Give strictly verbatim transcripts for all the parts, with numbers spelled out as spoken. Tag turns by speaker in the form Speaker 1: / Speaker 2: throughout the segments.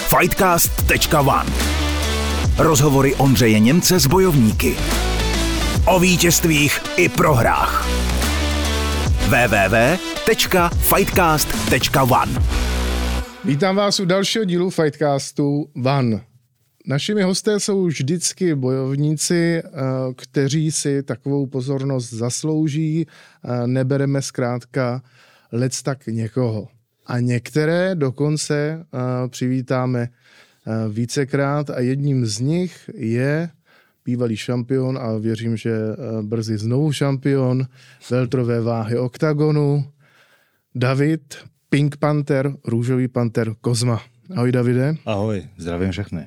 Speaker 1: fightcast tečka one. Rozhovory Ondřeje Němce s bojovníky. O vítězstvích i prohrách. w w w tečka fightcast tečka one.
Speaker 2: Vítám vás u dalšího dílu Fightcastu One. Našimi hosté jsou vždycky bojovníci, kteří si takovou pozornost zaslouží. Nebereme zkrátka lec tak někoho. A některé dokonce přivítáme vícekrát a jedním z nich je bývalý šampion a věřím, že brzy znovu šampion welterové váhy oktagonu David Pink Panther, růžový panter Kozma. Ahoj, Davide.
Speaker 3: Ahoj, zdravím všechny.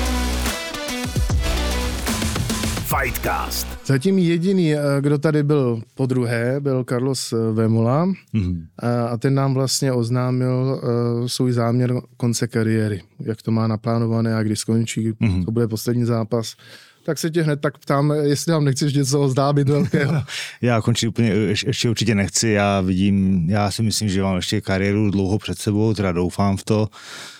Speaker 1: Fightcast.
Speaker 2: Zatím jediný, kdo tady byl po druhé, byl Carlos Vemola mm-hmm. a ten nám vlastně oznámil svůj záměr konce kariéry. Jak to má naplánované a kdy skončí, mm-hmm. to bude poslední zápas. Tak se tě hned tak ptám, jestli nám nechceš něco oznámit velkého.
Speaker 3: Já končit úplně, ještě určitě nechci, já vidím, já si myslím, že mám ještě kariéru dlouho před sebou, teda doufám v to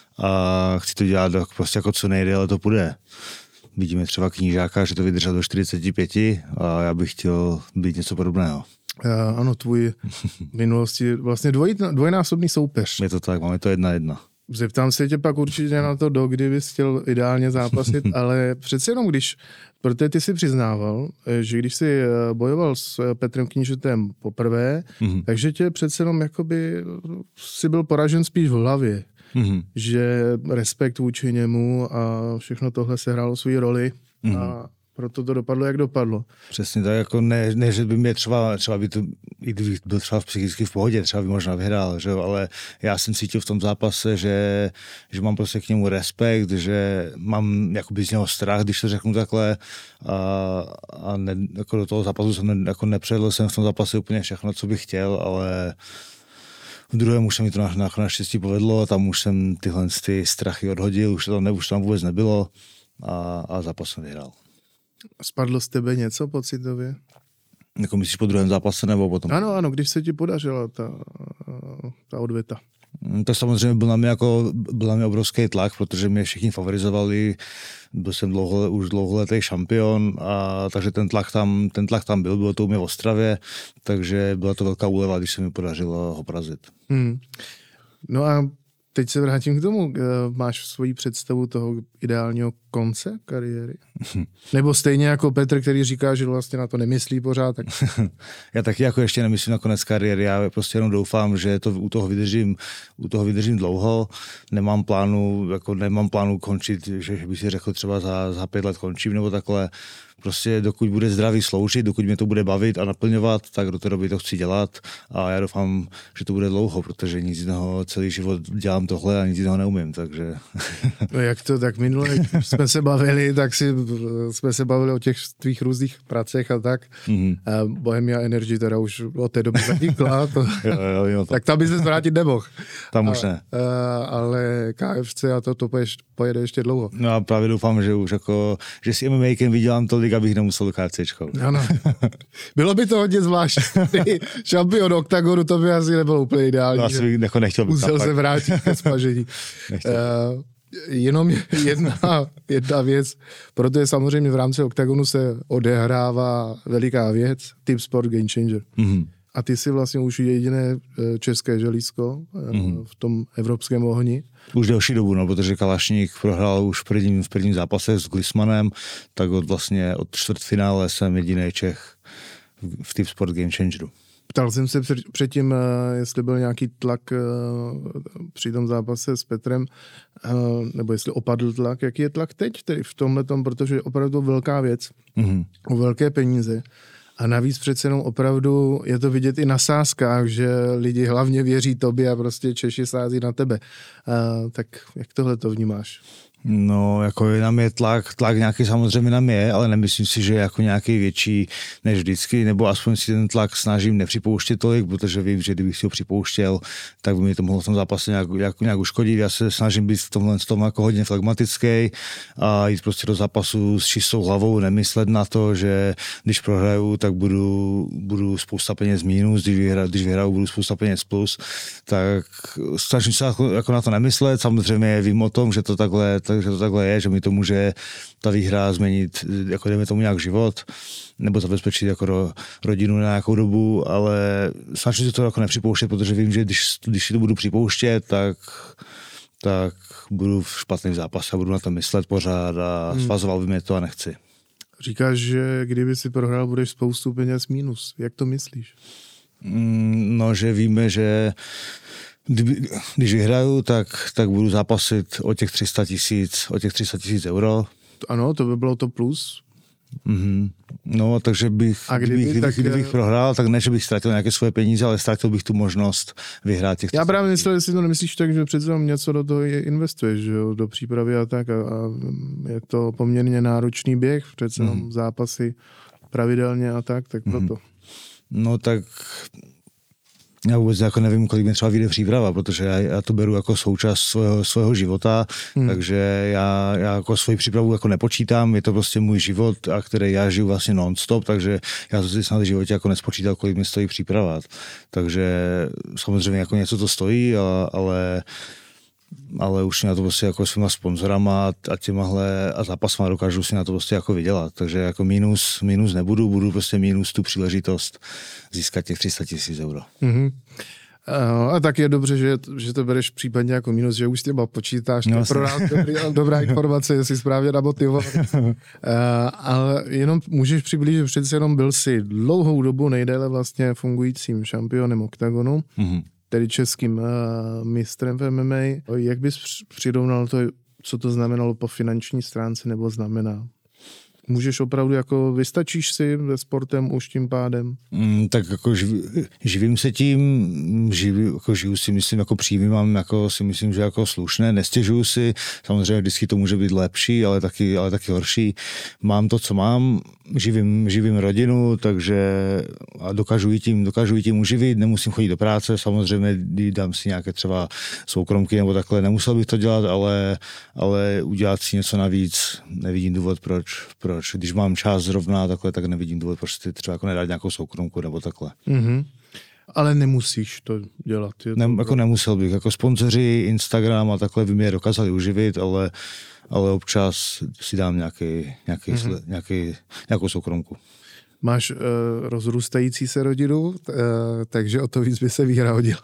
Speaker 3: a chci to dělat prostě jako co nejdéle to půjde. Vidíme třeba Knížáka, že to vydržel do čtyřicet pět a já bych chtěl být něco podobného.
Speaker 2: Uh, ano, tvůj v minulosti vlastně dvoj, dvojnásobný soupeř.
Speaker 3: Je to tak, máme to jedna jedna.
Speaker 2: Zeptám se tě pak určitě na to, do kdy bys chtěl ideálně zápasit, ale přece jenom když, protože ty si přiznával, že když jsi bojoval s Petrem Knížetem poprvé, mm-hmm. takže tě přece jenom jakoby si byl poražen spíš v hlavě. Mm-hmm. Že respekt vůči němu a všechno tohle se hrálo svou roli mm-hmm. a proto to dopadlo, jak dopadlo.
Speaker 3: Přesně tak, jako ne, ne že by mě třeba, třeba by to, i kdybych byl třeba psychicky v pohodě, třeba by možná vyhrál, že jo, ale já jsem cítil v tom zápase, že, že mám prostě k němu respekt, že mám jakoby z něho strach, když to řeknu takhle a, a ne, jako do toho zápasu jsem ne, jako nepředl jsem v tom zápase úplně všechno, co bych chtěl, ale v druhém už se mi to na, na, naštěstí povedlo, tam už jsem tyhle ty strachy odhodil, už to tam, ne, už tam vůbec nebylo a, a zápas jsem vyhrál.
Speaker 2: Spadlo z tebe něco pocitově?
Speaker 3: Jako myslíš po druhém zápase nebo potom?
Speaker 2: Ano, ano, když se ti podařila ta, ta odveta.
Speaker 3: To samozřejmě byl na mě, jako, byl na mě obrovský tlak, protože mě všichni favorizovali, byl jsem dlouho, už dlouholetý šampion, a takže ten tlak, tam, ten tlak tam byl, bylo to u mě v Ostravě, takže byla to velká úleva, když se mi podařilo ho porazit. Hmm.
Speaker 2: No a teď se vrátím k tomu. Máš svoji představu toho ideálního konce kariéry? Nebo stejně jako Petr, který říká, že vlastně na to nemyslí pořád? Tak...
Speaker 3: Já taky jako ještě nemyslím na konec kariéry. Já prostě jenom doufám, že to u toho vydržím, u toho vydržím dlouho. Nemám plánu, jako nemám plánu končit, že bych si řekl třeba za, za pět let končím nebo takhle. Prostě dokud bude zdravý sloužit, dokud mě to bude bavit a naplňovat, tak do té doby to chci dělat a já doufám, že to bude dlouho, protože nic jiného, celý život dělám tohle a nic jiného neumím, takže...
Speaker 2: No jak to, tak minule jsme se bavili, tak si, jsme se bavili o těch tvých různých pracech a tak. Mm-hmm. Bohemia Energy teda už od té doby zanikla, to,
Speaker 3: jo, jo, jo,
Speaker 2: tak tam by se zvrátit nemohl.
Speaker 3: Tam už ne.
Speaker 2: A, ale K F C a to, to pojede, pojede ještě dlouho.
Speaker 3: No a právě doufám, že už jako, že si MMAkem vydělám tolik, abych nemusel do KFCčkou.
Speaker 2: Ano. Bylo by to hodně zvláštní. Šampion oktagonu, to by asi nebylo úplně ideální.
Speaker 3: No, asi jako nechtěl být.
Speaker 2: Musel se vrátit ke smažení. Uh, jenom jedna, jedna věc, protože samozřejmě v rámci oktagonu se odehrává veliká věc, Team Sport Game Changer. Mm-hmm. A ty jsi vlastně už jediné české želízko mm-hmm. v tom evropském ohni.
Speaker 3: Už delší dobu, no, protože Kalašník prohrál už v prvním, v prvním zápase s Glismanem, tak od vlastně od čtvrtfinále jsem jediný Čech v Team Sport Game Changeru.
Speaker 2: Ptal jsem se předtím, jestli byl nějaký tlak při tom zápase s Petrem, nebo jestli opadl tlak. Jaký je tlak teď tedy v tomhletom, protože je opravdu velká věc, mm-hmm. o velké peníze. A navíc přece jenom opravdu je to vidět i na sázkách, že lidi hlavně věří tobě a prostě Češi sází na tebe. A, tak jak tohle to vnímáš?
Speaker 3: No, jako je na mě tlak, tlak nějaký samozřejmě na mě, ale nemyslím si, že jako nějaký větší než vždycky, nebo aspoň si ten tlak snažím nepřipouštět tolik, protože vím, že kdybych si ho připouštěl, tak by mi to mohlo v tom zápase nějak, nějak, nějak uškodit. Já se snažím být v tomhle tom jako hodně flegmatický a jít prostě do zápasu s čistou hlavou, nemyslet na to, že když prohraju, tak budu, budu spousta peněz mínus, když, vyhra, když vyhraju, budu spousta peněz plus, tak snažím se jako, jako na to nemyslet, samozřejmě vím o tom, že to takhle, tak, že to takhle je, že mi to může ta výhra změnit, jako dejme tomu nějak život, nebo zabezpečit jako ro, rodinu na nějakou dobu, ale snažím se to jako nepřipouštět, protože vím, že když, když si to budu připouštět, tak, tak budu v špatném zápase a budu na to myslet pořád a hmm. svazoval by mě to a nechci.
Speaker 2: Říkáš, že kdyby si prohrál, budeš spoustu peněz mínus. Jak to myslíš?
Speaker 3: Mm, no, že víme, že kdyby, když vyhraju, tak, tak budu zápasit o těch tři sta tisíc, o těch tři sta tisíc euro.
Speaker 2: Ano, to by bylo to plus.
Speaker 3: Mm-hmm. No, takže bych, a kdyby, kdybych, tak, kdybych prohrál, tak ne, že bych ztratil nějaké svoje peníze, ale ztratil bych tu možnost vyhrát těch.
Speaker 2: Já právě myslel, jestli to nemyslíš tak, že přece něco do toho investuješ, že jo, do přípravy a tak a, a je to poměrně náročný běh, přece mm. zápasy pravidelně a tak, tak proto. Mm.
Speaker 3: No tak já vůbec jako nevím, kolik mi třeba vyjde příprava, protože já, já to beru jako součást svého, svého života, hmm. takže já, já jako svoji přípravu jako nepočítám, je to prostě můj život, a který já žiju vlastně non-stop, takže já to si snad v životě jako nespočítal, kolik mi stojí příprava. Takže samozřejmě jako něco to stojí, ale, ale ale už si na to prostě jako svýma sponzorama a těmahle a zápasma dokážu si na to prostě jako vydělat. Takže jako mínus, mínus nebudu, budu prostě mínus tu příležitost získat těch tři sta tisíc euro. Mm-hmm.
Speaker 2: A tak je dobře, že, že to bereš případně jako mínus, že už s těma počítáš, no, pro nás dobrý, dobrá informace, jestli správně namotivoval. Ale jenom můžeš přiblížit, přece jenom byl si dlouhou dobu nejdéle vlastně fungujícím šampionem Oktagonu. Mm-hmm. Tedy českým uh, mistrem v M M A. Jak bys přirovnal to, co to znamenalo po finanční stránce nebo znamená? Můžeš opravdu, jako vystačíš si ve sportem už tím pádem?
Speaker 3: Mm, tak jako živ, živím se tím, živ, jako žiju si myslím, jako příjmy mám, jako si myslím, že jako slušné, nestěžuju si, samozřejmě vždycky to může být lepší, ale taky, ale taky horší. Mám to, co mám, živím, živím rodinu, takže a dokážu jí tím, dokážu jí tím uživit, nemusím chodit do práce, samozřejmě dám si nějaké třeba soukromky nebo takhle, nemusel bych to dělat, ale, ale udělat si něco navíc, nevidím důvod, proč, proč. Když mám čas zrovna takhle, tak nevidím důvod, proč si třeba jako nedát nějakou soukromku nebo takhle.
Speaker 2: Mm-hmm. Ale nemusíš to dělat. Je to
Speaker 3: ne, jako nemusel bych, jako sponzoři, Instagram a takhle by mě dokázali uživit, ale, ale občas si dám nějaký, nějaký, mm-hmm. sle, nějaký, nějakou soukromku.
Speaker 2: Máš uh, rozrůstající se rodinu, uh, takže o to víc by se výhra hodila.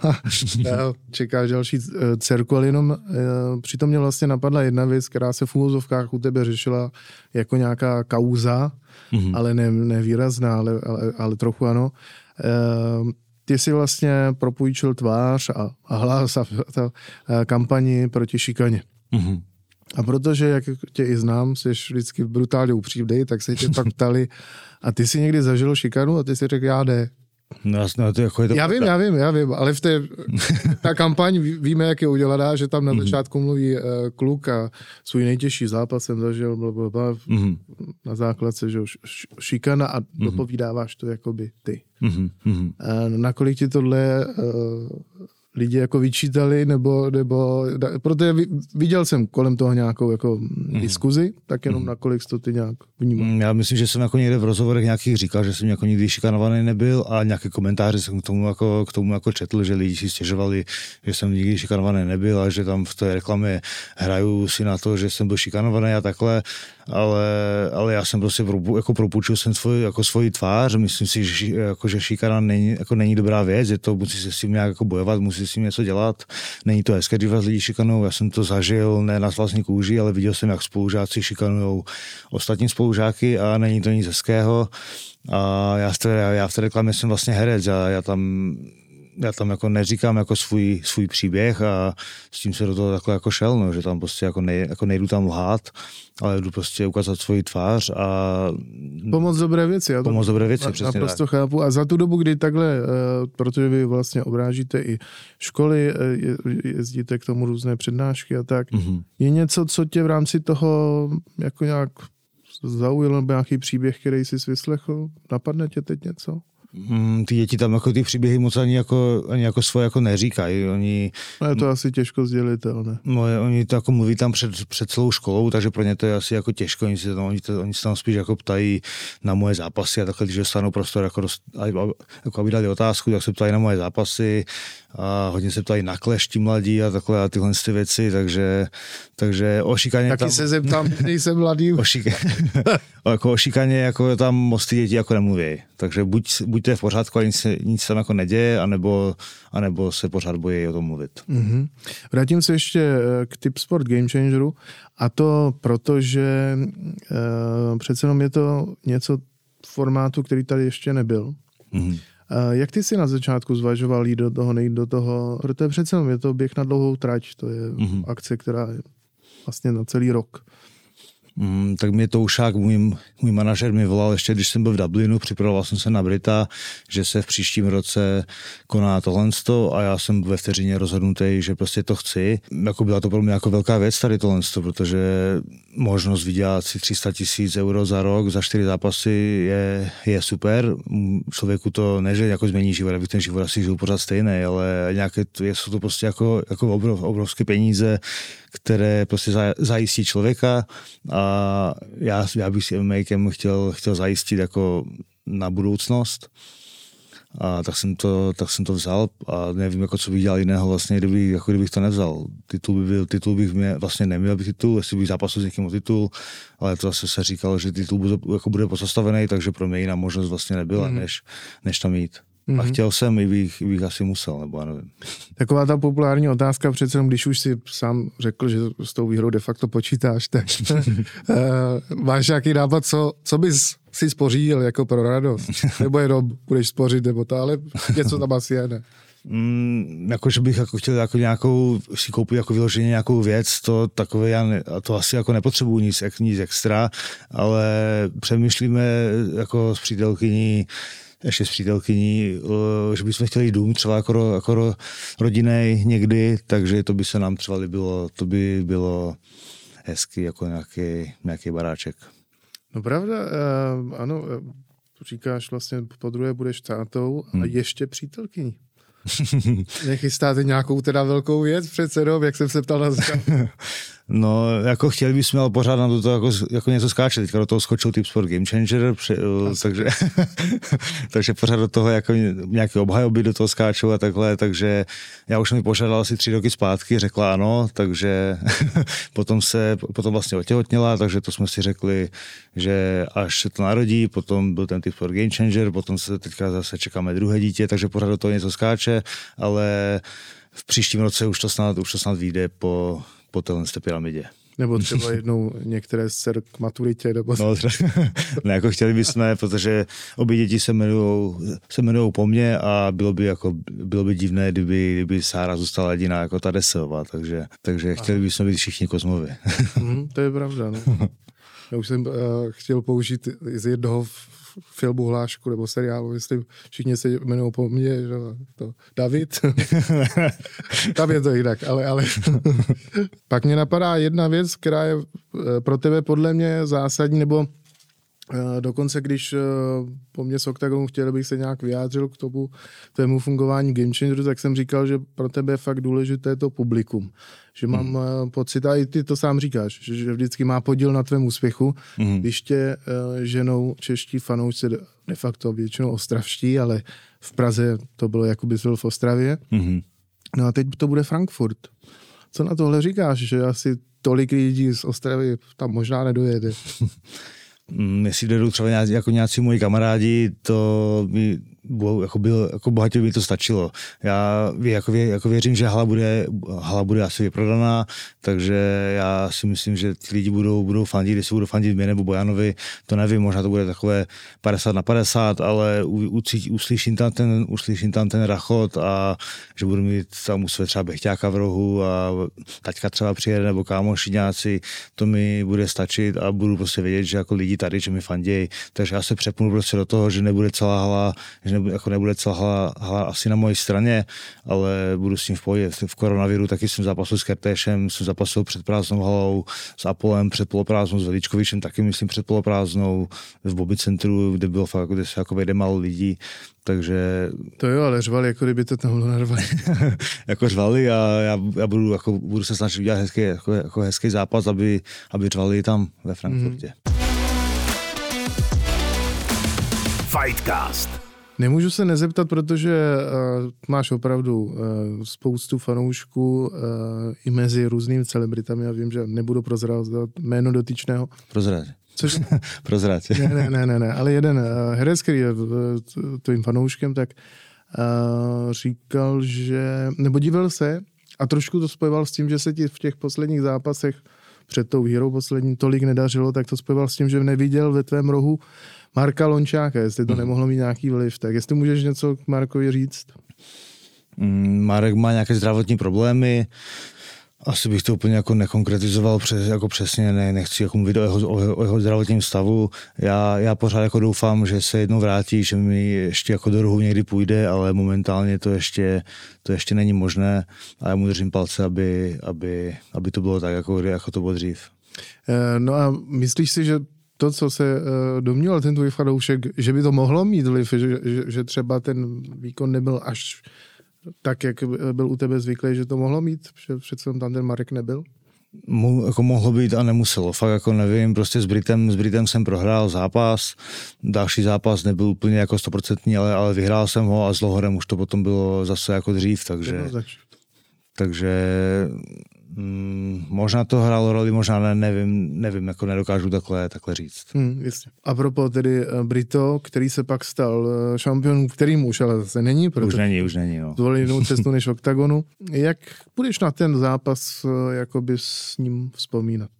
Speaker 2: Čekáš další uh, dcerku, ale jenom uh, přitom mě vlastně napadla jedna věc, která se v úvozovkách u tebe řešila jako nějaká kauza, mm-hmm. ale ne, nevýrazná, ale, ale, ale trochu ano. Uh, ty si vlastně propůjčil tvář a, a hlas a ta uh, kampani proti šikaně. Mm-hmm. A protože, jak tě i znám, jsi vždycky brutálně upřímnej, tak se tě pak ptali, a ty jsi někdy zažil šikanu a ty jsi řekl, já ne.
Speaker 3: No, no, to jako je to
Speaker 2: já vím, já vím, já vím, ale v té ta kampaň víme, jak je udělaná, že tam na začátku mluví uh, kluk a svůj nejtěžší zápas jsem zažil blablabla, mm-hmm. na základce, že šikana a mm-hmm. dopovídáváš to jakoby ty. Mm-hmm. Uh, nakolik ti tohle uh, lidi jako vyčítali, nebo, nebo protože viděl jsem kolem toho nějakou jako mm. diskuzi, tak jenom mm. nakolik jsi to ty nějak vnímal.
Speaker 3: Já myslím, že jsem jako někde v rozhovorech nějakých říkal, že jsem jako nikdy šikanovaný nebyl a nějaké komentáře jsem k tomu jako, k tomu jako četl, že lidi si stěžovali, že jsem nikdy šikanovaný nebyl a že tam v té reklamě hraju si na to, že jsem byl šikanovaný a takhle, ale, ale já jsem prostě jako propůjčil jsem svoj, jako svoji tvář, myslím si, že, jako, že šikana není, jako není dobrá věc, je to, musí se s tím nějak jako bojovat, musí s tím něco dělat, není to hezké, když vás lidi šikanou, já jsem to zažil, ne na vlastní kůži, ale viděl jsem, jak spolužáci šikanujou ostatní spolužáky a není to nic hezkého a já v té, já v té reklamě jsem vlastně herec, já, já tam já tam jako neříkám jako svůj, svůj příběh a s tím se do toho takhle jako šel, no, že tam prostě jako, nej, jako nejdu tam lhát, ale jdu prostě ukázat svoji tvář a
Speaker 2: pomoc dobré věci. Já to
Speaker 3: pomoc dobré věci, přesně
Speaker 2: naprosto tak. Chápu. A za tu dobu, kdy takhle, protože vy vlastně obrážíte i školy, jezdíte k tomu různé přednášky a tak, mm-hmm. je něco, co tě v rámci toho jako nějak zaujalo, nebo nějaký příběh, který jsi vyslechl? Napadne tě teď něco?
Speaker 3: Mm, ty děti tam jako ty příběhy moc ani jako, ani jako svoje jako neříkají. Oni,
Speaker 2: no je to asi těžko sdělitelné.
Speaker 3: No, oni to jako mluví tam před, před celou školou, takže pro ně to je asi jako těžko. Oni se tam, oni to, oni se tam spíš jako ptají na moje zápasy a takhle, když dostanou prostor, jako, dost, jako aby dali otázku, tak se ptají na moje zápasy a hodně se ptají na klešti mladí a takhle a tyhle ty věci, takže, takže o šikaně
Speaker 2: Taky
Speaker 3: tam...
Speaker 2: se zeptám, když jsem mladý.
Speaker 3: O, šik... jako o šikaně jako tam moc ty děti jako nemluví. Takže buď, buď to je v pořádku a nic, nic tam jako neděje, anebo, anebo se pořád bojí o tom mluvit.
Speaker 2: Mm-hmm. Vrátím se ještě k Tipsport Game Changeru a to proto, že uh, přece jenom je to něco formátu, který tady ještě nebyl. Mm-hmm. Uh, jak ty jsi na začátku zvažoval jít do toho, nejít do toho, protože přece jenom je to běh na dlouhou trať, to je mm-hmm. akce, která je vlastně na celý rok.
Speaker 3: Mm, tak mě Toušák, můj, můj manažer mi volal ještě, když jsem byl v Dublinu, připravoval jsem se na Brita, že se v příštím roce koná tohle a já jsem ve vteřině rozhodnutý, že prostě to chci. Jako byla to pro mě jako velká věc tady tohle, protože možnost vydělat si tři sta tisíc euro za rok, za čtyři zápasy je, je super. Člověku to ne, že jako změní život, abych ten život asi žil pořád stejný, ale nějaké, jsou to prostě jako, jako obrov, obrovské peníze, které prostě zajistí člověka a já, já bych si em em á chtěl, chtěl zajistit jako na budoucnost a tak jsem to, tak jsem to vzal a nevím, jako co bych dělal jiného vlastně, kdyby, jako kdybych to nevzal. Titul by byl, titul bych mě, vlastně neměl bych titul, jestli bych zápasil s někým o titul, ale to zase se říkalo, že titul bude, jako bude pozastavený, takže pro mě jiná možnost vlastně nebyla, mm. než, než tam jít. Mm-hmm. A chtěl jsem, i bych, i bych asi musel, nebo já nevím.
Speaker 2: Taková ta populární otázka, přece jenom, když už si sám řekl, že s tou výhrou de facto počítáš, tak máš nějaký nápad, co, co bys si spořídil jako pro radost? Nebo jenom budeš spořit, nebo to, ale něco tam asi je, ne?
Speaker 3: Mm, jako, že bych jako chtěl jako nějakou, si koupit jako vyloženě nějakou věc, to takové, já ne, to asi jako nepotřebuji nic, nic extra, ale přemýšlíme jako s přítelkyní, ještě s přítelkyní, že bychom chtěli dům třeba jako, jako rodinnej někdy, takže to by se nám třeba líbilo, to by bylo hezky jako nějaký, nějaký baráček.
Speaker 2: No pravda, uh, ano, říkáš vlastně po druhé budeš tátou a hmm. ještě přítelkyní. Nechystáte nějakou teda velkou věc přece jenom, jak jsem se ptal na začátku?
Speaker 3: No, jako chtěli bychom, ale pořád nám do toho jako, jako něco skáče. Teďka do toho skočil Tipsport Game Changer, pře, takže, takže pořád do toho jako nějaké obhajoby do toho skáčou a takhle, takže já už jsem mi požádal asi tři roky zpátky, řekla ano, takže potom se, potom vlastně otěhotněla, takže to jsme si řekli, že až se to narodí, potom byl ten Tipsport Game Changer, potom se teďka zase čekáme druhé dítě, takže pořád do toho něco skáče, ale v příštím roce už to snad, už to snad vyjde po po téhle pyramidě.
Speaker 2: Nebo třeba jednou některé z dcer k maturitě, nebo...
Speaker 3: No, ne, jako chtěli bychom, protože obě děti se jmenujou, se jmenujou po mně a bylo by, jako, bylo by divné, kdyby, kdyby Sára zůstala jediná jako ta Deseová, takže, takže chtěli bychom být všichni Kozmovi.
Speaker 2: Mm, to je pravda, no. Já už jsem uh, chtěl použít z jednoho filmu hlášku nebo seriálu, jestli všichni se jmenují po mně, že to David. Tam je to jinak, ale, ale pak mě napadá jedna věc, která je pro tebe podle mě zásadní, nebo dokonce, když po mně z Octagonu chtěl, bych se nějak vyjádřil k tomu tvému fungování Game Changeru, tak jsem říkal, že pro tebe je fakt důležité to publikum. Že mám mm. pocit, a i ty to sám říkáš, že vždycky má podíl na tvém úspěchu, mm. když tě ženou čeští fanoušci, de facto většinou ostravští, ale v Praze to bylo, jako bys byl v Ostravě. Mm. No a teď to bude Frankfurt. Co na tohle říkáš, že asi tolik lidí z Ostravy tam možná nedojede?
Speaker 3: Jestli dojdou třeba nějak, jako nějací moji kamarádi, to by jako, bylo, jako bohatě by to stačilo. Já jako, vě, jako věřím, že hala bude, hala bude asi vyprodaná, takže já si myslím, že ti lidi budou, budou fandit, jestli budou fandit mě nebo Bojanovi, to nevím, možná to bude takové padesát na padesát, ale u, u, uslyším, tam ten, uslyším tam ten rachot a že budu mít tam u své třeba Bechťáka v rohu a taťka třeba přijede nebo kámoši nějací, to mi bude stačit a budu prostě vědět, že jako lidi tady, že mi fandějí, takže já se přepnu prostě do toho, že nebude celá hala, že nebude, jako nebude celá hala, hala asi na mojej straně, ale budu s tím v pohodě. V koronaviru taky jsem zápasil s Kertéšem, jsem zápasil před prázdnou halou, s Apolem před poloprázdnou, s Veličkovičem taky myslím před poloprázdnou, v Bobby centru, kde bylo fakt, kde se jako vejde málo lidí, takže...
Speaker 2: To jo, ale řvali, jako kdyby to tam bylo narvali.
Speaker 3: Jako řvali a já, já budu, jako, budu se snažit udělat hezký, jako, jako hezký zápas, aby, aby řvali tam ve Frankfurtě. Mm.
Speaker 1: Fightcast.
Speaker 2: Nemůžu se nezeptat, protože uh, máš opravdu uh, spoustu fanoušků uh, i mezi různými celebritami. Já vím, že nebudu prozrazovat jméno dotyčného.
Speaker 3: Prozrať.
Speaker 2: Což...
Speaker 3: Prozrať.
Speaker 2: Ne, ne, ne, ne, ne, ale jeden uh, herec, který je uh, tvým fanouškem, tak uh, říkal, že, nebo divil se a trošku to spojoval s tím, že se ti v těch posledních zápasech před tou výhrou poslední tolik nedařilo, tak to spojoval s tím, že neviděl ve tvém rohu Marka Lončáka, jestli to nemohlo mít nějaký vliv. Tak jestli můžeš něco k Markovi říct?
Speaker 3: Marek má nějaké zdravotní problémy, asi bych to úplně jako nekonkretizoval přes, jako přesně, ne, nechci jako mluvit o jeho, o jeho zdravotním stavu. Já, já pořád jako doufám, že se jednou vrátí, že mi ještě jako do rohu někdy půjde, ale momentálně to ještě, to ještě není možné a já mu držím palce, aby, aby, aby to bylo tak, jako, jako to bylo dřív.
Speaker 2: No a myslíš si, že to, co se uh, domníval ten tvůj fanoušek, že by to mohlo mít vliv, že, že, že třeba ten výkon nebyl až tak, jak byl u tebe zvyklý, že to mohlo mít, že přece tam ten Marek nebyl?
Speaker 3: Mo, jako mohlo být a nemuselo, fakt jako nevím, prostě s Britem, s Britem jsem prohrál zápas, další zápas nebyl úplně jako stoprocentní, ale, ale vyhrál jsem ho a s Lohorem už to potom bylo zase jako dřív, takže... Takže mm, možná to hrálo roli, možná ne, nevím, nevím, jako nedokážu takhle, takhle říct.
Speaker 2: Hmm, jistě. A propos tedy Brito, který se pak stal šampionem, kterým už ale zase není, protože
Speaker 3: už není, už není, no.
Speaker 2: zvolil jinou cestu než oktagonu. Jak budeš na ten zápas jakoby s ním vzpomínat?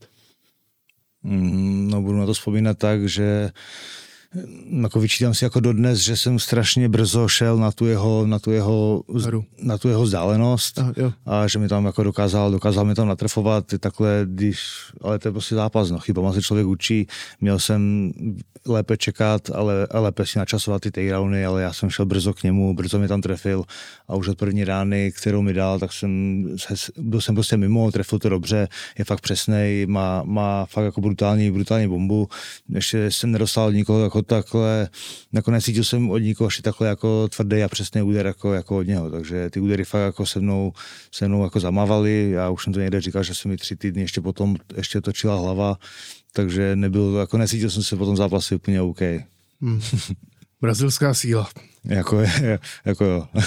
Speaker 3: Mm, no budu na to vzpomínat tak, že jako vyčítám si jako dodnes, že jsem strašně brzo šel na tu jeho, na tu jeho, na tu jeho vzdálenost
Speaker 2: Aha,
Speaker 3: a že mi tam jako dokázal, dokázal mi tam natrefovat takhle, když, ale to je prostě zápas, no, chybama se člověk učí, měl jsem lépe čekat, ale lépe si načasovat ty takedowny, ale já jsem šel brzo k němu, brzo mi tam trefil a už od první rány, kterou mi dal, tak jsem, byl jsem prostě mimo, trefil to dobře, je fakt přesnej, má, má fakt jako brutální, brutální bombu, ještě jsem nedostal nikoho jako takhle, jako necítil jsem od nikoho ještě takhle jako tvrdý a přesný úder jako, jako od něho, takže ty údery fakt jako se mnou, se mnou jako zamávali, já už jsem to někde říkal, že se mi tři týdny ještě potom ještě točila hlava, takže nebyl, jako necítil jsem se po tom zápase úplně OK.
Speaker 2: Hmm. Brazilská síla.
Speaker 3: jako, je, jako jo. uh,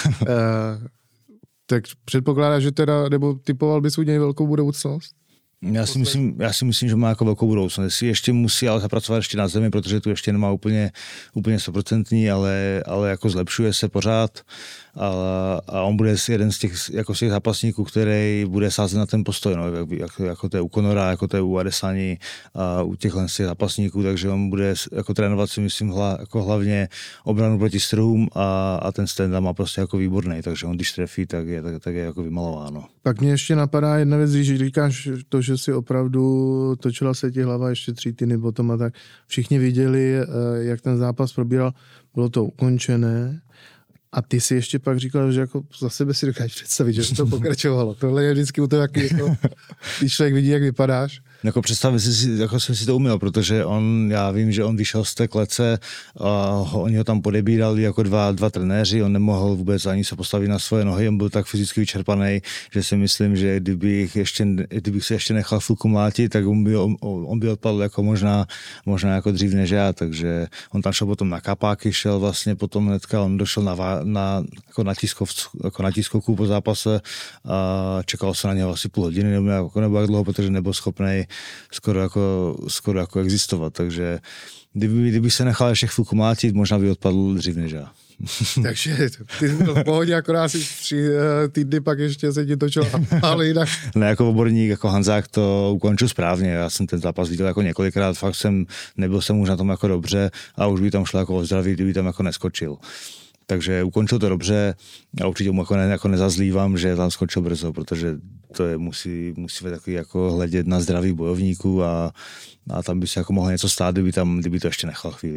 Speaker 2: tak předpokládáš, že teda, nebo typoval bys u něj velkou budoucnost?
Speaker 3: Já si, myslím, já si myslím, že má jako velkou budoucnost. Jestli ještě musí ale zapracovat ještě na zemi, protože tu ještě nemá úplně, úplně stoprocentní, ale, ale jako zlepšuje se pořád a, a on bude jeden z těch, jako z těch zápasníků, který bude sázet na ten postoj, no, jako, jako to je u Conora, jako to je u Adesani a u těchhle z těch zápasníků, takže on bude jako trénovat si myslím hla, jako hlavně obranu proti strům a, a ten stand má prostě jako výborný, takže on když trefí, tak je, tak, tak je jako vymalováno.
Speaker 2: Pak mě ještě napadá jedna věc, když říkáš to, že si opravdu točila se ti hlava ještě tři týdny potom a tak všichni viděli, jak ten zápas probíhal, bylo to ukončené a ty si ještě pak říkal, že jako za sebe si dokážeš představit, že to pokračovalo. Tohle je vždycky u toho, jak, jako, když člověk vidí, jak vypadáš.
Speaker 3: Jako představit si, jako jsem si to uměl, protože on, já vím, že on vyšel z té klece a oni ho tam podebírali jako dva, dva trenéři, on nemohl vůbec ani se postavit na svoje nohy, on byl tak fyzicky vyčerpaný, že si myslím, že kdybych, ještě, kdybych se ještě nechal chvilku mlátit, tak on by, on, on by odpadl jako možná, možná jako dřív než já, takže on tam šel potom na kapáky, šel vlastně potom hnedka, on došel na, na, jako na, tiskovc, jako na tiskovku po zápase a čekalo se na něho asi půl hodiny nebo, jako nebo jak dlouho, protože nebyl schopný skoro jako, skoro jako existovat, takže kdyby, kdyby se nechal ještě chvilku mlátit, možná by odpadl dřív než já.
Speaker 2: Takže ty jsi byl v pohodě, akorát si tři týdny pak ještě se ti točil, ale jinak.
Speaker 3: Ne, jako odborník, jako Hanzák to ukončil správně, já jsem ten zápas viděl jako několikrát, fakt jsem, nebyl jsem už na tom jako dobře a už by tam šlo jako o zdraví, kdyby tam jako neskočil. Takže ukončil to dobře a určitě mu jako, ne, jako nezazlívám, že tam skočil brzo, protože to je, musí, musí takový jako hledět na zdraví bojovníků a, a tam by se jako mohlo něco stát, kdyby, tam, kdyby to ještě nechal chvíli.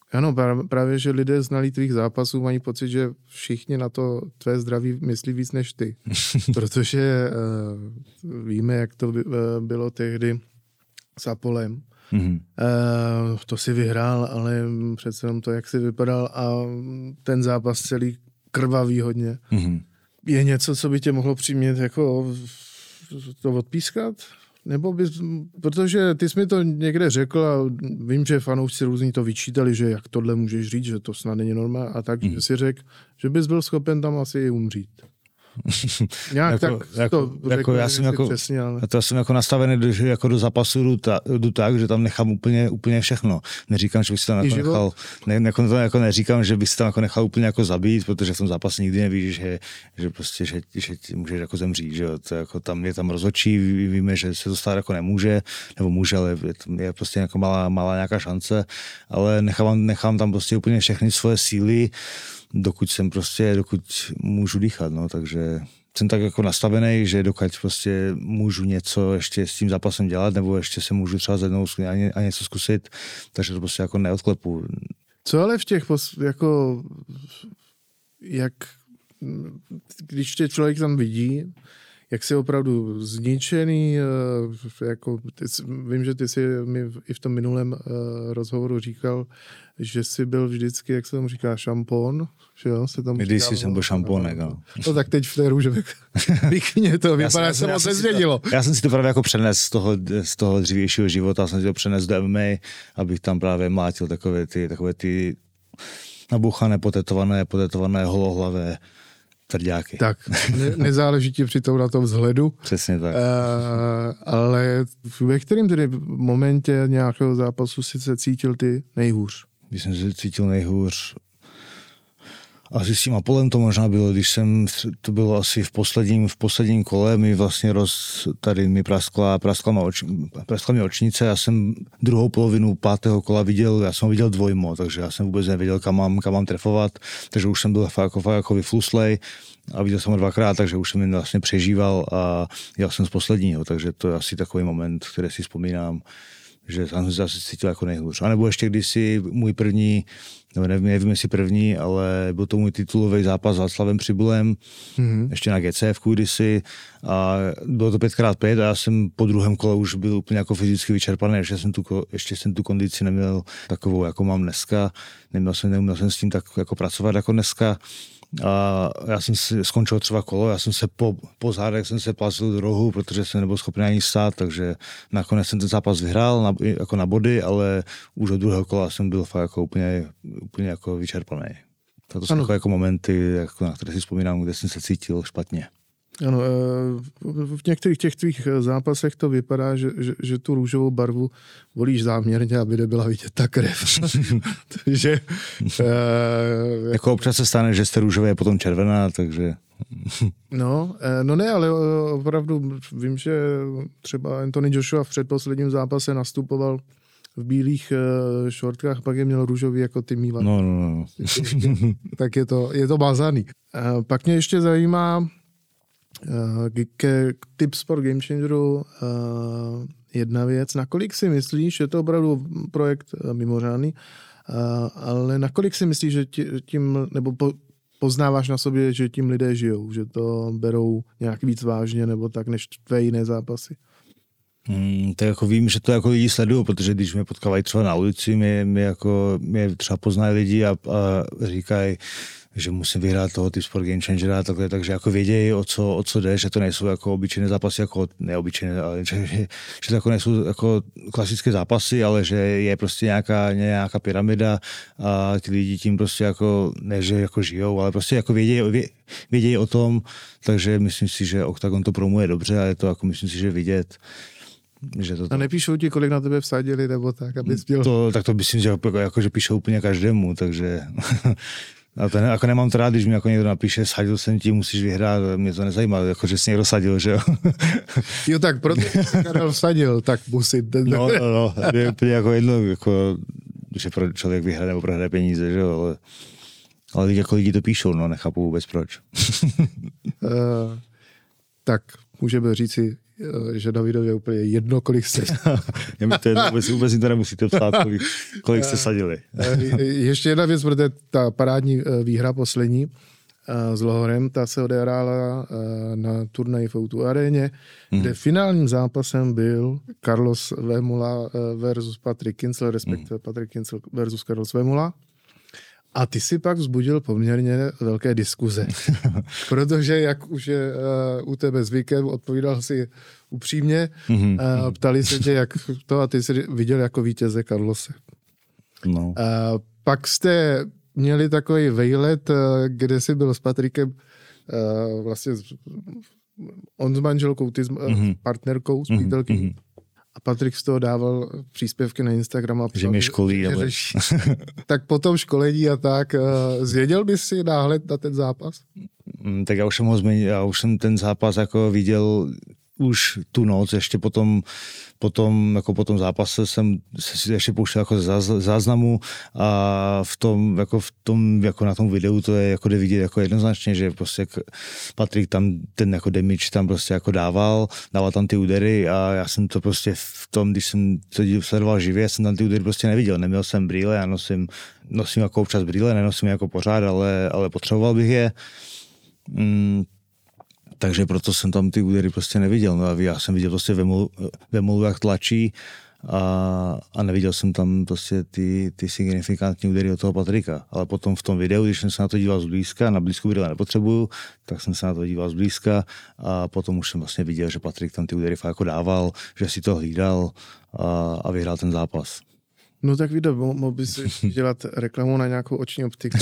Speaker 2: Ano, právě, že lidé znalí tvých zápasů mají pocit, že všichni na to tvé zdraví myslí víc než ty. Protože uh, víme, jak to by, uh, bylo tehdy s Apolem. Mm-hmm. Uh, to si vyhrál, ale přece jenom to, jak si vypadal a ten zápas celý krvavý hodně. Mm-hmm. Je něco, co by tě mohlo přimět jako to odpískat? Nebo bys, protože ty jsi mi to někde řekl a vím, že fanoušci různí to vyčítali, že jak tohle můžeš říct, že to snad není normální a tak, mm. že si řekl, že bys byl schopen tam asi i umřít. Nějak
Speaker 3: jako,
Speaker 2: tak
Speaker 3: jako,
Speaker 2: to
Speaker 3: jako, já jsem jako,
Speaker 2: přesně, ale...
Speaker 3: to jsem jako nastavený, že jako do zápasu jdu, ta, jdu tak, že tam nechám úplně, úplně všechno. Neříkám, že bych si tam jako nechal, ne, jako, to jako neříkám, že bych si tam jako nechal úplně jako zabít, protože v tom zápase nikdy nevíš, že, že prostě, že, že můžeš jako zemřít, že jo. To jako tam je tam rozhodčí, víme, že se to stát jako nemůže, nebo může, ale je, je prostě jako malá, malá nějaká šance, ale nechám, nechám tam prostě úplně všechny svoje síly, dokud jsem prostě, dokud můžu dýchat, no, takže jsem tak jako nastavený, že dokud prostě můžu něco ještě s tím zápasem dělat, nebo ještě se můžu třeba zednou a, a něco zkusit, takže to prostě jako neodklepu.
Speaker 2: Co ale v těch, jako, jak, když tě člověk tam vidí, jak jsi opravdu zničený, jako, ty, vím, že ty jsi mi i v tom minulém rozhovoru říkal, že jsi byl vždycky, jak se tomu říká, šampón, že jo? Se tam
Speaker 3: Když jsi jsem byl šampónek, no.
Speaker 2: No tak teď v té růžové bikině to vypadá, že se moc nezměnilo.
Speaker 3: Já jsem si to právě jako přenes z toho, z toho dřívějšího života, jsem si to přenes do M M A, abych tam právě mlátil takové ty, takové ty nabuchané, potetované, potetované holohlavé tvrďáky.
Speaker 2: Tak, ne, nezáleží ti přitom na tom vzhledu.
Speaker 3: Přesně tak.
Speaker 2: Uh, ale ve kterém tedy momentě nějakého zápasu si se cítil ty nejhůř?
Speaker 3: Když jsem se cítil nejhůř, asi s tím Apolem to možná bylo, když jsem, to bylo asi v posledním, v posledním kole, mi vlastně roz, tady mi praskla, praskla, ma oč, praskla mi očnice, já jsem druhou polovinu pátého kola viděl, já jsem ho viděl dvojmo, takže já jsem vůbec nevěděl, kam mám, kam mám trefovat, takže už jsem byl fakt, fakt jako vyfluslej a viděl jsem ho dvakrát, takže už jsem jen vlastně přežíval a jel jsem z posledního, takže to je asi takový moment, který si vzpomínám, že tam jsem se asi cítil jako nejhůř. A nebo ještě kdysi můj první, nebo nevím, nevím jestli první, ale byl to můj titulový zápas s Václavem Přibylem, mm-hmm. ještě na G C F kdysi a bylo to pět krát pět a já jsem po druhém kole už byl úplně jako fyzicky vyčerpaný, ještě jsem tu, ještě jsem tu kondici neměl takovou, jako mám dneska, neměl jsem, neuměl jsem s tím tak jako pracovat jako dneska. A já jsem si skončil třeba kolo, já jsem se po, po zádech jsem se plazil do rohu, protože jsem nebyl schopný ani stát, takže nakonec jsem ten zápas vyhrál na, jako na body, ale už od druhého kola jsem byl fakt jako úplně, úplně jako vyčerpaný. To jsou takové jako momenty, jako na které si vzpomínám, kde jsem se cítil špatně.
Speaker 2: Ano, v některých těch tvých zápasech to vypadá, že, že, že tu růžovou barvu volíš záměrně, aby nebyla vidět ta krev. Takže,
Speaker 3: uh, jako občas se stane, že jste růžové je potom červená, takže...
Speaker 2: no, no ne, ale opravdu vím, že třeba Anthony Joshua v předposledním zápase nastupoval v bílých uh, šortkách, pak je měl růžový jako ty míva.
Speaker 3: No, no, no.
Speaker 2: Tak je to, je to mazaný. Uh, pak mě ještě zajímá ke Tip Sport Game Changeru uh, jedna věc. Nakolik si myslíš, je to opravdu projekt uh, mimořádný, uh, ale nakolik si myslíš, že tím, nebo po, poznáváš na sobě, že tím lidé žijou, že to berou nějak víc vážně, nebo tak, než tvé jiné zápasy?
Speaker 3: Hmm, tak jako vím, že to jako lidi sledují, protože když mě potkávají třeba na ulici, mě, mě, jako, mě třeba poznají lidi a, a říkají, že musím vyhrát toho Tip Sport Game Changera, takhle, takže jako vědějí, o co, o co jde, že to nejsou jako obyčejné zápasy, jako neobyčejné, ale že, že, že to jako nejsou jako klasické zápasy, ale že je prostě nějaká, nějaká pyramida a ty lidi tím prostě jako, ne že jako žijou, ale prostě jako vědějí, vě, vědějí o tom, takže myslím si, že Octagon to promuje dobře a je to jako myslím si, že vidět. Že to,
Speaker 2: a nepíšou ti, kolik na tebe vsadili, nebo tak, abys měl...
Speaker 3: To, tak to myslím, že, jako, jako, že píšou úplně každému, takže... A to ne, jako nemám to rád, když mi jako někdo napíše, sadil jsem ti, musíš vyhrát, mě to nezajímá, jako že jsi někdo sadil, že jo.
Speaker 2: Jo, tak proto jsi Karel vsadil, tak musím. Ten...
Speaker 3: No, no, no, je úplně jako jedno, jako, že pro člověk vyhraje nebo prohraje peníze, že jo, ale, ale lidi, jako lidi to píšou, no, nechápu vůbec proč.
Speaker 2: uh, tak můžeme říci, že Davidovi je úplně jedno, kolik jste.
Speaker 3: Je mi to jedno, vůbec, vůbec to nemusíte psát, kolik, kolik jste sadili.
Speaker 2: Ještě jedna věc, protože ta parádní výhra poslední s Lohorem, ta se odehrála na turnaji v O dva aréně, hmm. kde finálním zápasem byl Carlos Vémola versus Patrick Kincl, respektive hmm. Patrick Kincl versus Carlos Vémola. A ty si pak vzbudil poměrně velké diskuze, protože jak už je uh, u tebe zvykem, odpovídal si upřímně, mm-hmm. uh, ptali se tě, jak to, a ty jsi viděl jako vítěze Carlose.
Speaker 3: No.
Speaker 2: Uh, pak jste měli takový vejlet, uh, kde jsi byl s Patrikem, uh, vlastně s, on s manželkou, ty s mm-hmm. partnerkou, s přítelky. Mm-hmm. A Patrik z toho dával příspěvky na Instagram a psal,
Speaker 3: že mě školí.
Speaker 2: Že řeší. Tak potom školení a tak. Zvěděl bys si náhled na ten zápas?
Speaker 3: Tak já už jsem ho změnil, já už jsem ten zápas jako viděl už tu noc, ještě potom, potom, jako po tom zápase jsem se si ještě pouštěl jako záznamu a v tom, jako v tom, jako na tom videu to je jako jde vidět jako jednoznačně, že prostě Patrik tam ten jako damage tam prostě jako dával, dával tam ty údery a já jsem to prostě v tom, když jsem to sledoval živě, jsem tam ty údery prostě neviděl, neměl jsem brýle, já nosím, nosím jako občas brýle, nenosím jako pořád, ale, ale potřeboval bych je. Mm. Takže proto jsem tam ty údery prostě neviděl. No a já jsem viděl prostě Vémolu, Vémolu jak tlačí a, a neviděl jsem tam prostě ty, ty signifikantní údery od toho Patrika. Ale potom v tom videu, když jsem se na to díval zblízka, na blízku brýle nepotřebuju, tak jsem se na to díval zblízka a potom už jsem vlastně viděl, že Patrik tam ty údery fakt jako dával, že si to hlídal a, a vyhrál ten zápas.
Speaker 2: No tak video, mohl bys dělat reklamu na nějakou oční optiku.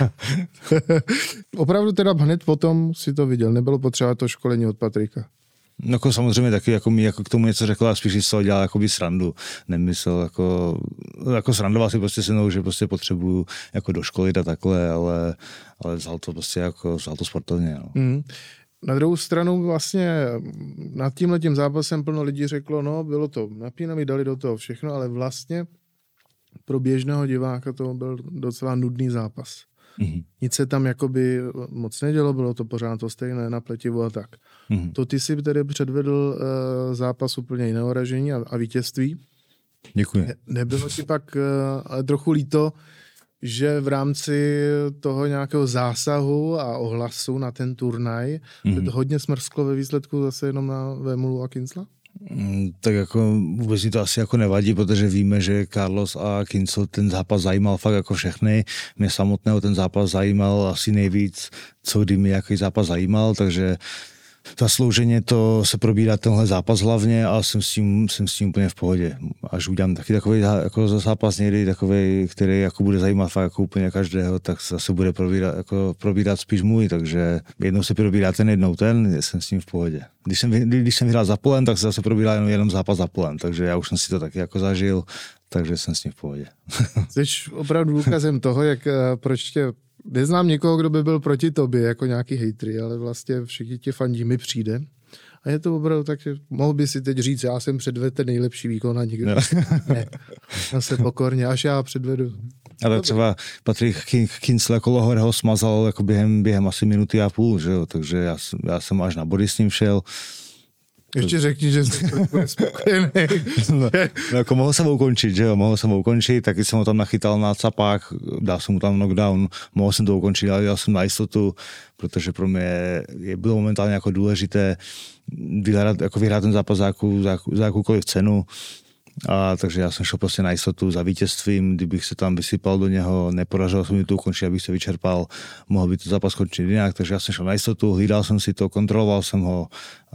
Speaker 2: Opravdu teda hned potom si to viděl, nebylo potřeba to školení od Patrika.
Speaker 3: No jako samozřejmě taky jako mi jako k tomu něco řekl a spíš si to dělal jakoby srandu. Nemyslel jako, jako srandoval si prostě se mnou, že prostě potřebuju jako doškolit a takhle, ale, ale vzal to prostě jako, vzal to sportovně. No. Mm.
Speaker 2: Na druhou stranu vlastně nad tímhletím zápasem plno lidí řeklo, no bylo to napínavý, dali do toho všechno, ale vlastně pro běžného diváka to byl docela nudný zápas. Mm-hmm. Nic se tam jakoby moc nedělo, bylo to pořád to stejné na pletivu a tak. Mm-hmm. To ty si tedy předvedl uh, zápas úplně jiného ražení a, a vítězství.
Speaker 3: Děkuji.
Speaker 2: Ne, nebylo ti pak uh, ale trochu líto, že v rámci toho nějakého zásahu a ohlasu na ten turnaj mm-hmm. to hodně smrsklo ve výsledku zase jenom na Vémolu a Kincla?
Speaker 3: Tak jako vůbec mi to asi jako nevadí, protože víme, že Carlos a Kincl ten zápas zajímal fakt jako všechny. Mě samotného ten zápas zajímal asi nejvíc, co kdy mi jaký zápas zajímal, takže zaslouženě to se probírá tenhle zápas hlavně a jsem s tím, jsem s tím úplně v pohodě. Až udělám taky takový jako zápas někdy, takový, který jako bude zajímat fakt jako úplně každého, tak zase bude probírat, jako probírat spíš můj, takže jednou se probírá ten, jednou ten, jsem s tím v pohodě. Když jsem, když jsem vyhrál za polem, tak se zase probírá jenom, jenom zápas za polem, takže já už jsem si to taky jako zažil, takže jsem s tím v pohodě.
Speaker 2: Jsi opravdu důkazem toho, jak proč tě neznám někoho, kdo by byl proti tobě, jako nějaký hejtry, ale vlastně všichni ti fandí, mi přijde. A je to opravdu tak, že mohl by si teď říct, já jsem předvedl ten nejlepší výkon a nikdo. No. Ne, já se pokorně, až já předvedu.
Speaker 3: Ale třeba Patrik Kincl jako Lohor ho smazal jako během, během asi minuty a půl, že jo? Takže já, já jsem až na body s ním šel.
Speaker 2: Ještě řekni, že jsi spokojený.
Speaker 3: No, no, jako mohl jsem ukončit, že jo, mohl jsem ukončit, taky jsem ho tam nachytal na capách, dal jsem mu tam knockdown, mohl jsem to ukončit, ale dal jsem na jistotu, protože pro mě je, bylo momentálně jako důležité vyhrát, jako vyhrát ten zápas za, jakou, za, za jakoukoliv cenu. A takže já jsem šel prostě na jistotu za vítězstvím, kdybych se tam vysypal do něho, nepodařilo se mi to ukončit, abych se vyčerpal, mohl by to zápas skončit jinak, takže já jsem šel na jistotu, hlídal jsem si to, kontroloval jsem ho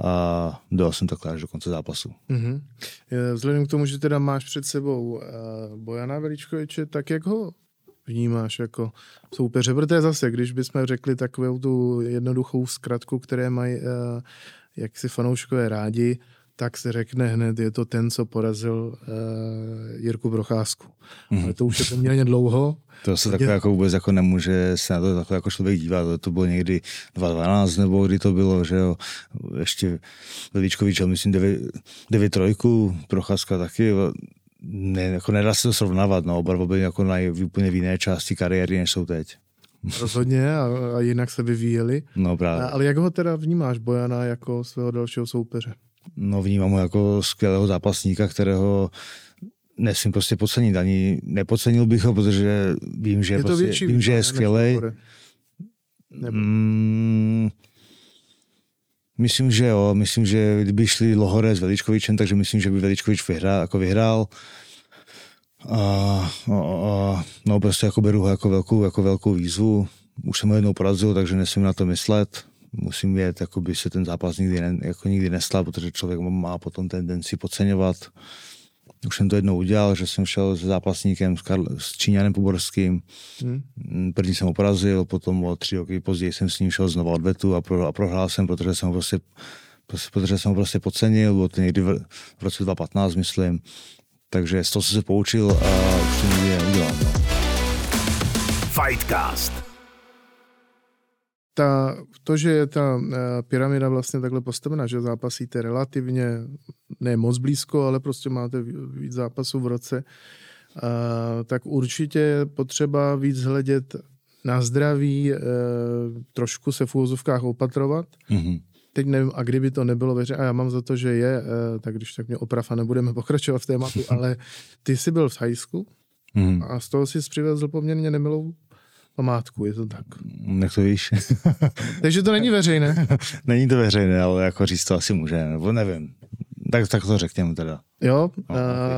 Speaker 3: a dal jsem takhle až do konce zápasu. Mm-hmm.
Speaker 2: Vzhledem k tomu, že teda máš před sebou Bojana Veličkoviče, tak jak ho vnímáš jako soupeře? Protože zase, když bychom řekli takovou tu jednoduchou zkratku, které mají jak si fanouškové rádi, tak se řekne hned, je to ten, co porazil uh, Jirku Procházku. Mm. Ale to už je poměrně dlouho.
Speaker 3: To se takhle jako vůbec jako nemůže se na to takhle jako člověk dívat. To, to bylo někdy dva tisíce dvanáct nebo kdy to bylo, že jo. Ještě Veličkovič, myslím, devět trojku, Procházka taky. Ne, jako nedá se to srovnávat, no. Oba byli jako na úplně v jiné části kariéry, než jsou teď.
Speaker 2: Rozhodně a, a jinak se vyvíjeli.
Speaker 3: No právě.
Speaker 2: A, ale jak ho teda vnímáš, Bojana, jako svého dalšího soupeře?
Speaker 3: No vnímám ho jako skvělého zápasníka, kterého nesmím prostě podcenit. Ani nepodcenil bych ho, protože vím, že je, prostě, větší, vím, že je skvělej. Mm, myslím, že jo. Myslím, že kdyby šli Lohore s Veličkovičem, takže myslím, že by Veličkovič vyhrál, jako vyhrál. A, a, a, no prostě jako beru ho jako velkou, jako velkou výzvu. Už jsem ho jednou porazil, takže nesmím na to myslet. Musím vědět, jako by se ten zápas nikdy, ne, jako nikdy nestal, protože člověk má potom tendenci podceňovat. Už jsem to jednou udělal, že jsem šel s zápasníkem, s, Karl, s Číňanem Poborským. Hmm. První jsem ho porazil, potom o tři roky později jsem s ním šel znovu odvetu a, pro, a prohrál jsem, protože jsem ho prostě, protože jsem ho prostě podcenil. Bylo to někdy v, v roce dva tisíce patnáct, myslím. Takže z toho jsem se poučil a už to nikdy neudělal. No.
Speaker 1: Fightcast.
Speaker 2: Ta, to, že je ta uh, pyramida vlastně takhle postavena, že zápasíte relativně, ne moc blízko, ale prostě máte víc zápasů v roce, uh, tak určitě je potřeba víc hledět na zdraví, uh, trošku se v úvozovkách opatrovat. Mm-hmm. Teď nevím, a kdyby to nebylo veřejné, a já mám za to, že je, uh, tak když tak mě oprav a nebudeme pokračovat v tématu, ale ty jsi byl v Thajsku mm-hmm. a z toho jsi přivezl poměrně nemilou památku, je to tak.
Speaker 3: Jak to víš?
Speaker 2: Takže to není veřejné?
Speaker 3: Není to veřejné, ale jako říct to asi může, nebo nevím. Tak, tak to řekněme teda.
Speaker 2: Jo, no, a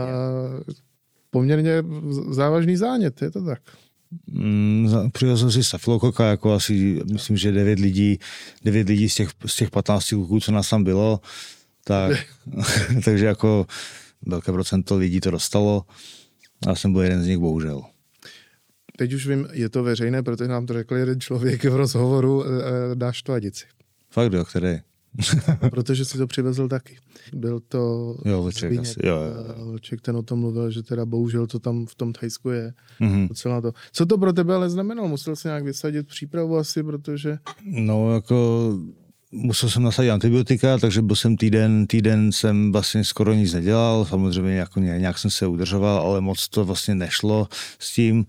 Speaker 2: poměrně závažný zánět, je to tak?
Speaker 3: Mm, přivezl si stafilokoka, jako asi, myslím, že devět lidí, devět lidí z těch, z těch patnácti kluků, co nás tam bylo, tak, takže jako velké procento lidí to dostalo a já jsem byl jeden z nich, bohužel.
Speaker 2: Teď už vím, je to veřejné, protože nám to řekl jeden člověk v rozhovoru, dáš to Adici.
Speaker 3: Fakt jo, který?
Speaker 2: Protože si to přivezl taky. Byl to
Speaker 3: jo, Vlček, asi, jo, jo.
Speaker 2: Vlček, ten o tom mluvil, že teda bohužel to tam v tom Thajsku je. Mm-hmm. Docela to. Co to pro tebe ale znamenalo? Musel jsi nějak vysadit přípravu asi, protože...
Speaker 3: No jako musel jsem nasadit antibiotika, takže byl jsem týden, týden jsem vlastně skoro nic nedělal, samozřejmě jako nějak jsem se udržoval, ale moc to vlastně nešlo s tím.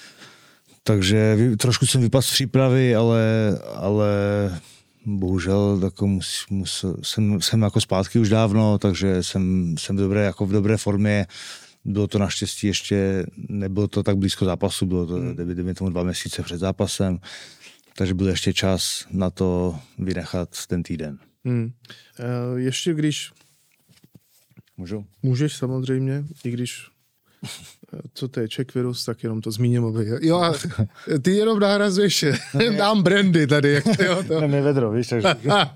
Speaker 3: Takže trošku jsem vypadl z přípravy, ale, ale bohužel jako mus, musel, jsem, jsem jako zpátky už dávno, takže jsem, jsem v, dobré, jako v dobré formě. Bylo to naštěstí ještě, nebylo to tak blízko zápasu, bylo to hmm. dejme tomu dva měsíce před zápasem, takže byl ještě čas na to vynechat ten týden. Hmm.
Speaker 2: Uh, ještě když...
Speaker 3: Můžu?
Speaker 2: Můžeš samozřejmě, i když... Co to je Czech virus, tak jenom to zmíním. Jo a ty jenom nahrazuješ, dám brandy tady. Jak to, jo, to.
Speaker 3: Ne, ne vedro, víš, takže...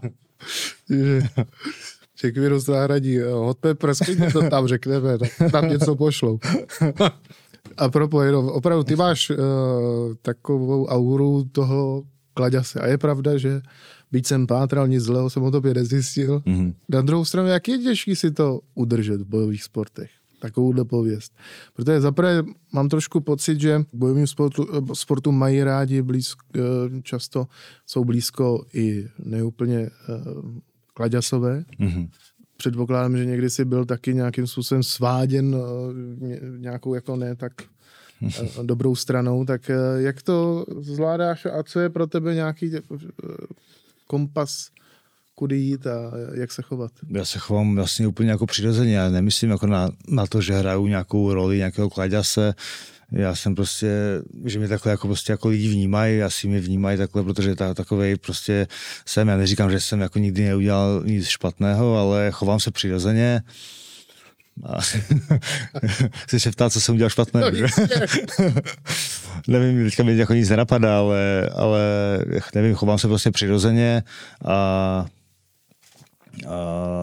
Speaker 2: Czech virus nahradí hot pepper, skvělně to tam řekneme, tak tam něco pošlou. A propos, jenom, opravdu, ty máš uh, takovou auru toho Klaďase a je pravda, že byť jsem pátral, nic zlého jsem o tobě nezjistil. Mm-hmm. Na druhou stranu, jak je těžký si to udržet v bojových sportech? Takovouhle pověst. Protože zaprvé mám trošku pocit, že v bojovým sportu, sportu mají rádi blízko, často jsou blízko i neúplně uh, klaďasové. Mm-hmm. Předpokládám, že někdy si byl taky nějakým způsobem sváděn uh, nějakou jako ne tak uh, dobrou stranou. Tak uh, jak to zvládáš a co je pro tebe nějaký uh, kompas, kudy jít a jak se chovat?
Speaker 3: Já se chovám vlastně úplně jako přirozeně. Já nemyslím jako na, na to, že hraju nějakou roli nějakého klaďase. Já jsem prostě, že mě takhle jako prostě jako lidi vnímají, asi mě vnímají takhle, protože ta, takovej prostě jsem. Já neříkám, že jsem jako nikdy neudělal nic špatného, ale chovám se přirozeně. A chci se ptát, co jsem udělal špatného. No, nevím, teďka mě jako nic nenapadá, ale, ale nevím, chovám se prostě přirozeně a A,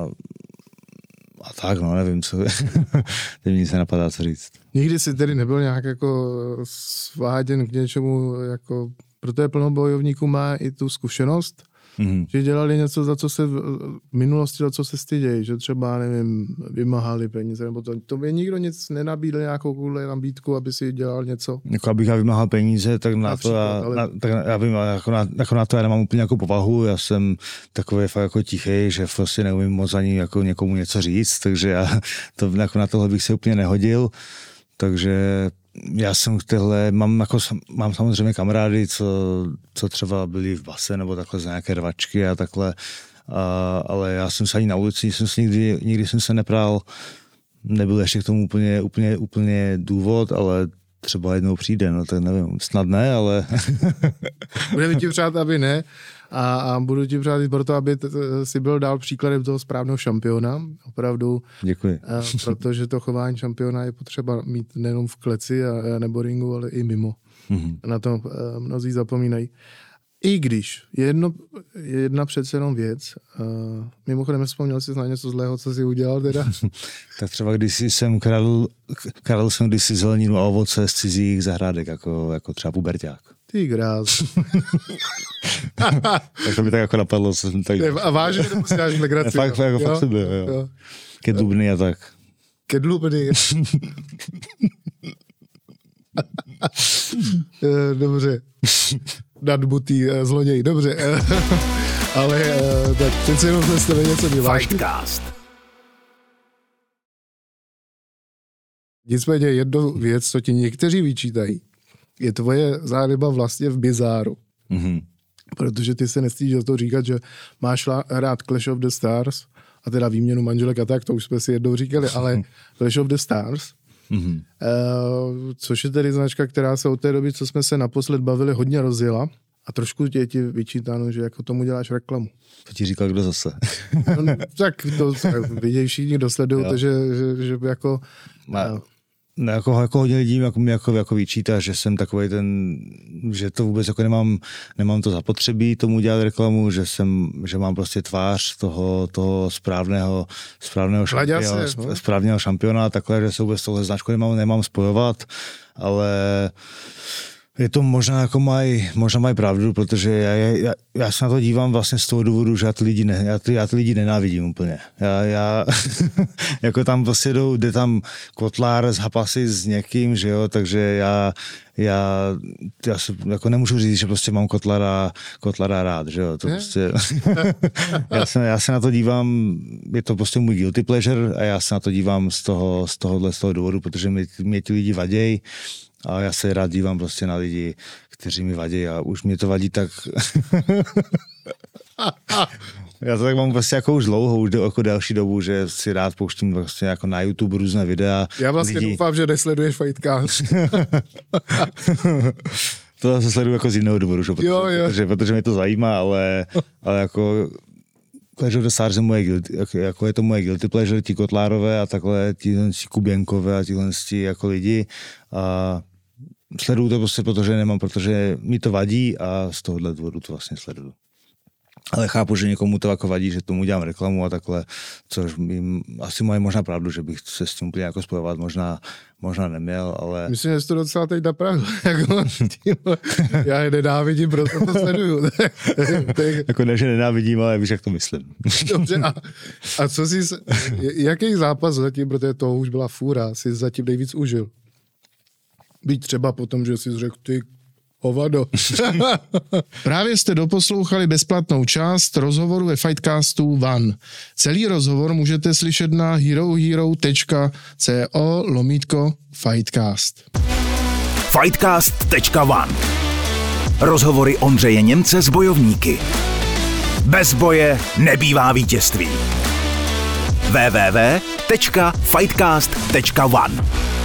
Speaker 3: a tak, no, nevím, co teď mi nic nenapadá, co říct.
Speaker 2: Nikdy jsi tedy nebyl nějak jako sváděn k něčemu, jako, protože plno bojovníků má i tu zkušenost, mm-hmm. že dělali něco, za co se v minulosti, za co se stydějí, že třeba, nevím, vymáhali peníze, nebo to, to by nikdo nic nenabídl, nějakou kůle nabídku, aby si dělal něco. Jako
Speaker 3: abych já vymáhal peníze, tak na, na to já, ale... na, tak já vím, jako na, jako na to já nemám úplně jako povahu, já jsem takový fakt jako tichej, že vlastně neumím moc ani jako někomu něco říct, takže já to, jako na tohle bych se úplně nehodil, takže já jsem tohle, mám, jako, mám samozřejmě kamarády, co, co třeba byli v base nebo takhle z nějaké rvačky a takhle A, ale já jsem se ani na ulici, jsem se nikdy, nikdy jsem se nepral, nebyl ještě k tomu úplně, úplně, úplně důvod, ale třeba jednou přijde, no tak nevím, snad ne, ale...
Speaker 2: Budeme ti přát, aby ne a, a budu ti přát i proto, aby t- t- si byl dál příkladem toho správného šampiona, opravdu.
Speaker 3: Děkuji.
Speaker 2: A, protože to chování šampiona je potřeba mít nejenom v kleci a, a nebo ringu, ale i mimo. Mm-hmm. Na to a, mnozí zapomínají. I když je jedno, je jedna přece jenom věc, uh, mimochodem vzpomněl jsi na něco zlého, co jsi udělal teda?
Speaker 3: Tak třeba když jsem kradl, kradl jsem kdysi zeleninu a ovoce z cizích zahrádek, jako, jako třeba puberťák.
Speaker 2: Ty grás.
Speaker 3: Tak to by tak jako napadlo. Jsem tak...
Speaker 2: A vážně nebo si dáš legraci?
Speaker 3: Fakt, fakt, fakt se byl, jo. jo. Kedlubny a tak.
Speaker 2: Kedlubny. Dobře. Nadbutý zloděj, dobře. Ale tak přece jenom z tebe něco děláš.
Speaker 1: Fightcast.
Speaker 2: Nicméně jednu věc, co ti někteří vyčítají, je tvoje záliba vlastně v bizáru. Mm-hmm. Protože ty se nestydíš za to říkat, že máš rád Clash of the Stars a teda výměnu manželek a tak, to už jsme si jednou říkali, ale Clash of the Stars, mm-hmm. uh, což je tedy značka, která se od té doby, co jsme se naposled bavili, hodně rozjela a trošku tě ti vyčítáno, že jako tomu děláš reklamu.
Speaker 3: To ti říkal kdo zase?
Speaker 2: No, tak to tak vidějí všichni, kdo sledují to, že, že, že jako...
Speaker 3: Uh, No, jako, jako hodně lidí jako mi jako, jako vyčítá, že jsem takovej ten, že to vůbec jako nemám, nemám to zapotřebí tomu dělat reklamu, že jsem, že mám prostě tvář toho, toho správného, správného, šampiona,
Speaker 2: se, no?
Speaker 3: správného šampiona, takhle, že se vůbec tohle značku nemám, nemám spojovat, ale je to možná jako mají, možná mají pravdu, protože já, já, já se na to dívám vlastně z toho důvodu, že já ty lidi, ne, já ty, já ty lidi nenávidím úplně. Já, já jako tam prostě jdou, jde tam Kotlár z Hapasy s někým, že jo, takže já, já, já se, jako nemůžu říct, že prostě mám Kotlara, Kotlara rád, že jo, to prostě, já, se, já se na to dívám, je to prostě můj guilty pleasure a já se na to dívám z toho, z tohohle, z toho důvodu, protože mě, mě ti lidi vadějí. A já se rád dívám prostě na lidi, kteří mi vadí a už mě to vadí tak... Já to tak mám prostě jako už dlouho, už jako další dobu, že si rád pouštím vlastně jako na YouTube různé videa.
Speaker 2: Já vlastně lidi... doufám, že nesleduješ Fightcast.
Speaker 3: To se sleduju jako z jiného důvodu, že? Protože,
Speaker 2: jo, jo.
Speaker 3: Protože, protože mě to zajímá, ale, ale jako... Clash of the Stars je moje guilty, jako je to moje guilty pleasure, ti Kotlárové a takhle, ti Kuběnkové a tihle jako lidi. A sleduju to prostě, protože nemám, protože mi to vadí a z tohohle důvodu to vlastně sleduju. Ale chápu, že někomu to jako vadí, že tomu dělám reklamu a takhle, což jim asi mají možná pravdu, že bych se s tím úplně jako spojovat možná, možná neměl, ale...
Speaker 2: Myslím, že to docela teď napravil. Já je nenávidím, proto to sleduju.
Speaker 3: Jako ne, že nenávidím, ale víš, jak to myslím.
Speaker 2: Dobře, a, a co jsi, jaký zápas zatím, protože to už byla fůra, jsi zatím nejvíc užil? Byť třeba potom, že jsi řekl, ty hovado. Právě jste doposlouchali bezplatnou část rozhovoru ve Fightcastu One. Celý rozhovor můžete slyšet na herohero tečka co lomítko Fightcast.
Speaker 1: Fightcast tečka one. Rozhovory Ondřeje Němce s bojovníky. Bez boje nebývá vítězství. w w w tečka fightcast tečka one